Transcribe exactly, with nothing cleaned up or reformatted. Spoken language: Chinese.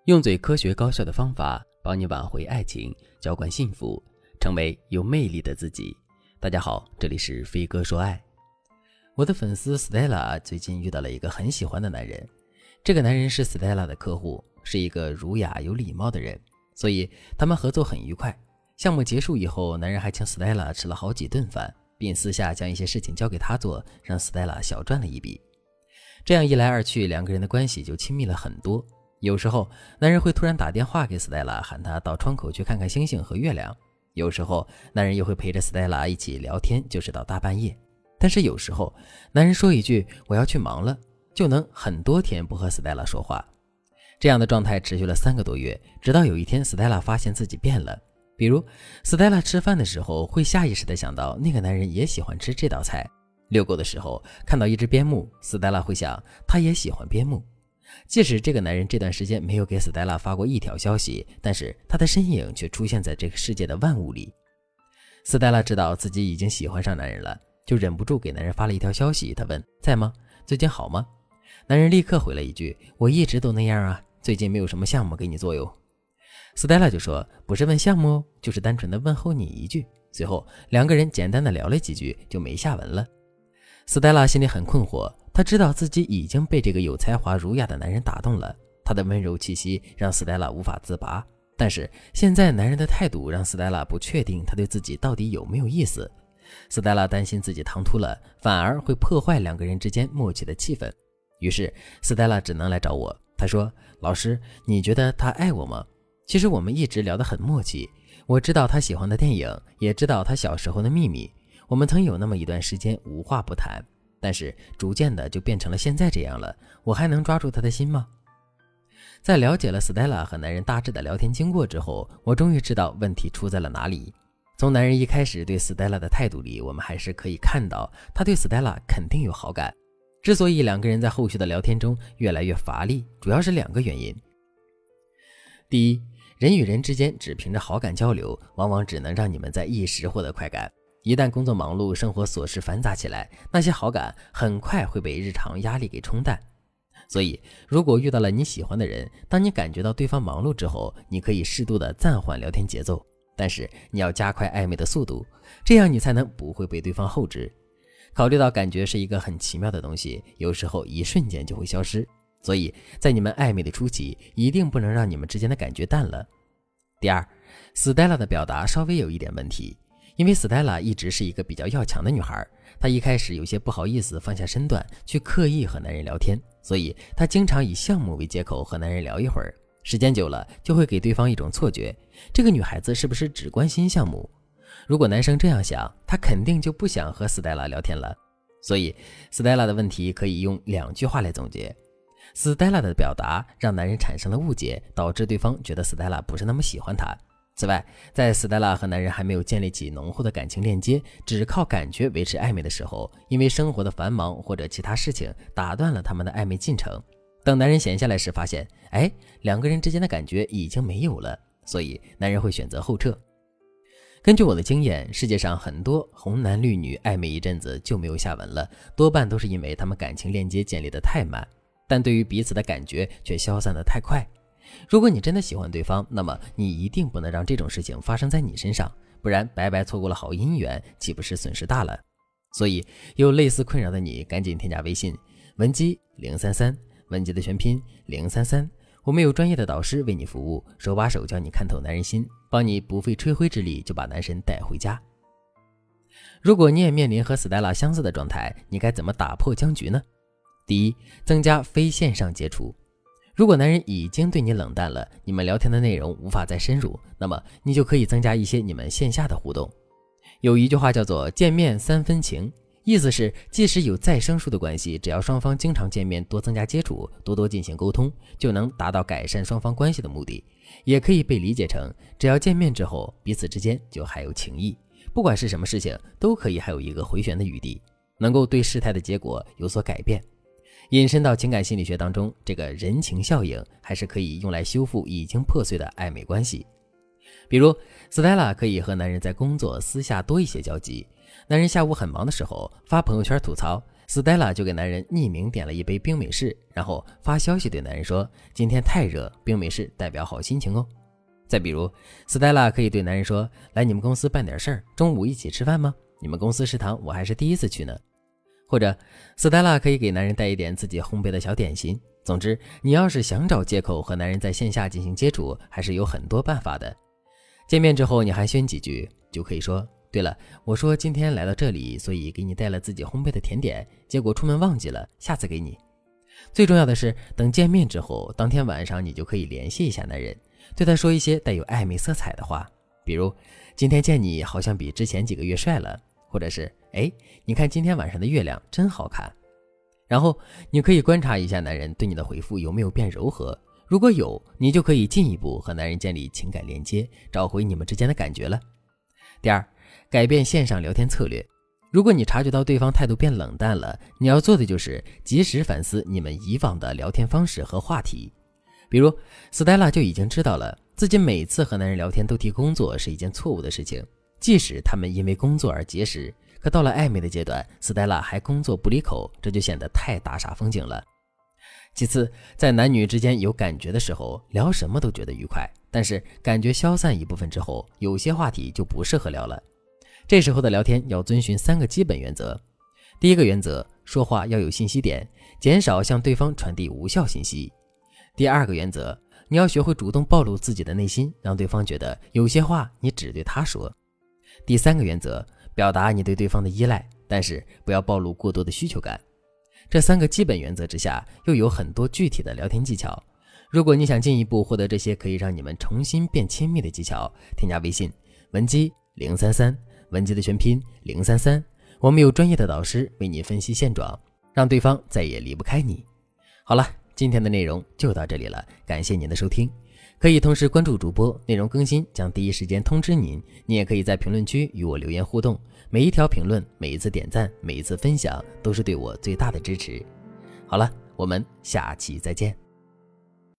用最科学高效的方法帮你挽回爱情，浇灌幸福，成为有魅力的自己。大家好，这里是飞哥说爱。我的粉丝 Stella 最近遇到了一个很喜欢的男人，这个男人是 Stella 的客户，是一个儒雅有礼貌的人，所以他们合作很愉快。项目结束以后，男人还请 Stella 吃了好几顿饭，并私下将一些事情交给他做，让 Stella 小赚了一笔。这样一来二去，两个人的关系就亲密了很多。有时候男人会突然打电话给 Stella， 喊她到窗口去看看星星和月亮。有时候男人又会陪着 Stella 一起聊天，就是到大半夜。但是有时候男人说一句我要去忙了，就能很多天不和 Stella 说话。这样的状态持续了三个多月，直到有一天 Stella 发现自己变了。比如 Stella 吃饭的时候会下意识地想到那个男人也喜欢吃这道菜，遛狗的时候看到一只边牧， Stella 会想他也喜欢边牧。即使这个男人这段时间没有给 Stella 发过一条消息，但是他的身影却出现在这个世界的万物里。 Stella 知道自己已经喜欢上男人了，就忍不住给男人发了一条消息，他问在吗？最近好吗？男人立刻回了一句我一直都那样啊，最近没有什么项目给你做哟。 Stella 就说不是问项目哦，就是单纯的问候你一句。随后两个人简单的聊了几句就没下文了。 Stella 心里很困惑，她知道自己已经被这个有才华儒雅的男人打动了，他的温柔气息让 Stella 无法自拔。但是现在男人的态度让 Stella 不确定他对自己到底有没有意思。 Stella 担心自己唐突了，反而会破坏两个人之间默契的气氛。于是 Stella 只能来找我，她说老师，你觉得他爱我吗？其实我们一直聊得很默契，我知道他喜欢的电影，也知道他小时候的秘密，我们曾有那么一段时间无话不谈，但是逐渐的就变成了现在这样了，我还能抓住他的心吗？在了解了 Stella 和男人大致的聊天经过之后，我终于知道问题出在了哪里。从男人一开始对 Stella 的态度里，我们还是可以看到他对 Stella 肯定有好感。之所以两个人在后续的聊天中越来越乏力，主要是两个原因。第一，人与人之间只凭着好感交流，往往只能让你们在一时获得快感。一旦工作忙碌，生活琐事繁杂起来，那些好感很快会被日常压力给冲淡。所以如果遇到了你喜欢的人，当你感觉到对方忙碌之后，你可以适度的暂缓聊天节奏，但是你要加快暧昧的速度，这样你才能不会被对方后置。考虑到感觉是一个很奇妙的东西，有时候一瞬间就会消失，所以在你们暧昧的初期，一定不能让你们之间的感觉淡了。第二， Stella 的表达稍微有一点问题，因为 Stella 一直是一个比较要强的女孩，她一开始有些不好意思放下身段去刻意和男人聊天，所以她经常以项目为借口和男人聊一会儿，时间久了就会给对方一种错觉，这个女孩子是不是只关心项目？如果男生这样想，他肯定就不想和 Stella 聊天了。所以 Stella 的问题可以用两句话来总结。Stella 的表达让男人产生了误解，导致对方觉得 Stella 不是那么喜欢他。此外，在 Stella 和男人还没有建立起浓厚的感情链接，只靠感觉维持暧昧的时候，因为生活的繁忙或者其他事情打断了他们的暧昧进程。等男人闲下来时发现，哎，两个人之间的感觉已经没有了，所以男人会选择后撤。根据我的经验，世界上很多红男绿女暧昧一阵子就没有下文了，多半都是因为他们感情链接建立得太慢，但对于彼此的感觉却消散得太快。如果你真的喜欢对方，那么你一定不能让这种事情发生在你身上，不然白白错过了好姻缘，岂不是损失大了？所以有类似困扰的你，赶紧添加微信文姬零三三，文姬的全拼零三三，我们有专业的导师为你服务，手把手教你看透男人心，帮你不费吹灰之力就把男神带回家。如果你也面临和 Stella 相似的状态，你该怎么打破僵局呢？第一，增加非线上接触。如果男人已经对你冷淡了，你们聊天的内容无法再深入，那么你就可以增加一些你们线下的互动。有一句话叫做见面三分情，意思是即使有再生疏的关系，只要双方经常见面，多增加接触，多多进行沟通，就能达到改善双方关系的目的。也可以被理解成只要见面之后彼此之间就还有情谊，不管是什么事情都可以还有一个回旋的余地，能够对事态的结果有所改变。引申到情感心理学当中，这个人情效应还是可以用来修复已经破碎的暧昧关系。比如 Stella 可以和男人在工作私下多一些交集，男人下午很忙的时候发朋友圈吐槽 Stella 就给男人匿名点了一杯冰美式，然后发消息对男人说，今天太热，冰美式代表好心情哦。再比如 Stella 可以对男人说，来你们公司办点事儿，中午一起吃饭吗？你们公司食堂我还是第一次去呢。或者 Stella 可以给男人带一点自己烘焙的小点心。总之，你要是想找借口和男人在线下进行接触，还是有很多办法的。见面之后你寒暄几句，就可以说，对了，我说今天来到这里，所以给你带了自己烘焙的甜点，结果出门忘记了，下次给你。最重要的是，等见面之后，当天晚上你就可以联系一下男人，对他说一些带有暧昧色彩的话，比如今天见你好像比之前几个月帅了，或者是哎，你看今天晚上的月亮真好看。然后你可以观察一下男人对你的回复有没有变柔和，如果有，你就可以进一步和男人建立情感连接，找回你们之间的感觉了。第二，改变线上聊天策略。如果你察觉到对方态度变冷淡了，你要做的就是及时反思你们以往的聊天方式和话题。比如 Stella 就已经知道了自己每次和男人聊天都提工作是一件错误的事情，即使他们因为工作而结识，可到了暧昧的阶段 Stella 还工作不离口，这就显得太大煞风景了。其次，在男女之间有感觉的时候，聊什么都觉得愉快，但是感觉消散一部分之后，有些话题就不适合聊了。这时候的聊天要遵循三个基本原则。第一个原则，说话要有信息点，减少向对方传递无效信息。第二个原则，你要学会主动暴露自己的内心，让对方觉得有些话你只对他说。第三个原则，表达你对对方的依赖，但是不要暴露过多的需求感。这三个基本原则之下，又有很多具体的聊天技巧。如果你想进一步获得这些可以让你们重新变亲密的技巧，添加微信文姬零三三，文姬的全拼零三三，我们有专业的导师为你分析现状，让对方再也离不开你。好了，今天的内容就到这里了，感谢您的收听。可以同时关注主播，内容更新将第一时间通知您。你也可以在评论区与我留言互动，每一条评论，每一次点赞，每一次分享，都是对我最大的支持。好了，我们下期再见。